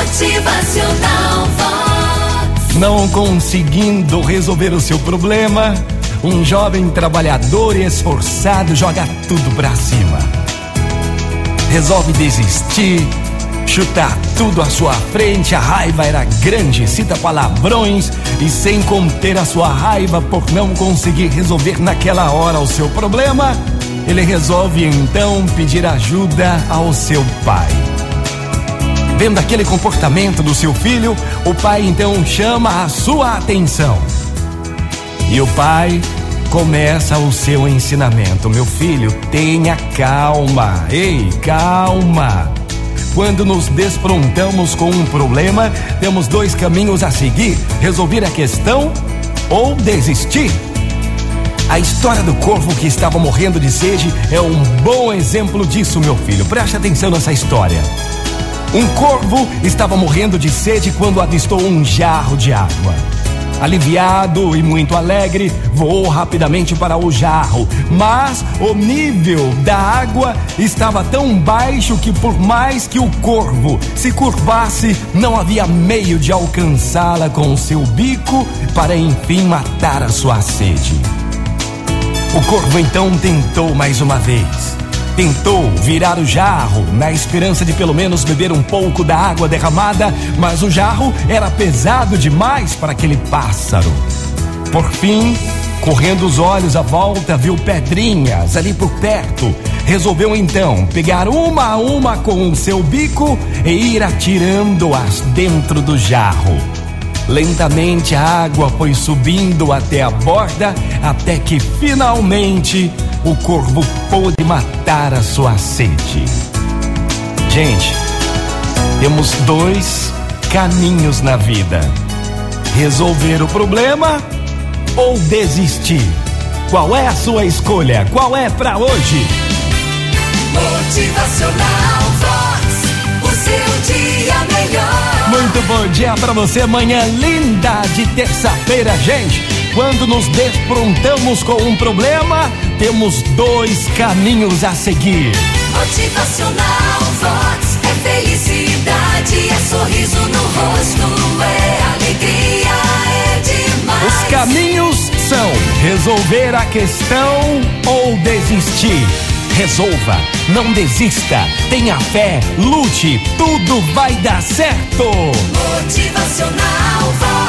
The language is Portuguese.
Motivacional Vox. Não conseguindo resolver o seu problema, um jovem trabalhador e esforçado joga tudo pra cima. Resolve desistir, chutar tudo à sua frente. A raiva era grande, cita palavrões e, sem conter a sua raiva por não conseguir resolver naquela hora o seu problema, ele resolve então pedir ajuda ao seu pai. Vendo aquele comportamento do seu filho, o pai então chama a sua atenção. E o pai começa o seu ensinamento. Meu filho, tenha calma. Ei, calma. Quando nos desprontamos com um problema, temos dois caminhos a seguir: resolver a questão ou desistir. A história do corvo que estava morrendo de sede é um bom exemplo disso, meu filho. Preste atenção nessa história. Um corvo estava morrendo de sede quando avistou um jarro de água. Aliviado e muito alegre, voou rapidamente para o jarro, mas o nível da água estava tão baixo que, por mais que o corvo se curvasse, não havia meio de alcançá-la com o seu bico para enfim matar a sua sede. O corvo então tentou mais uma vez. Tentou virar o jarro na esperança de pelo menos beber um pouco da água derramada, mas o jarro era pesado demais para aquele pássaro. Por fim, correndo os olhos à volta, viu pedrinhas ali por perto. Resolveu então pegar uma a uma com o seu bico e ir atirando-as dentro do jarro. Lentamente a água foi subindo até a borda, até que finalmente o corvo pôde matar a sua sede. Gente, temos dois caminhos na vida: resolver o problema ou desistir. Qual é a sua escolha? Qual é pra hoje? Motivacional Vox, o seu dia melhor. Muito bom dia pra você, manhã linda de terça-feira, gente. Quando nos desprontamos com um problema, temos dois caminhos a seguir. Motivacional Vox é felicidade, é sorriso no rosto, é alegria, é demais. Os caminhos são resolver a questão ou desistir. Resolva, não desista, tenha fé, lute, tudo vai dar certo. Motivacional Vox.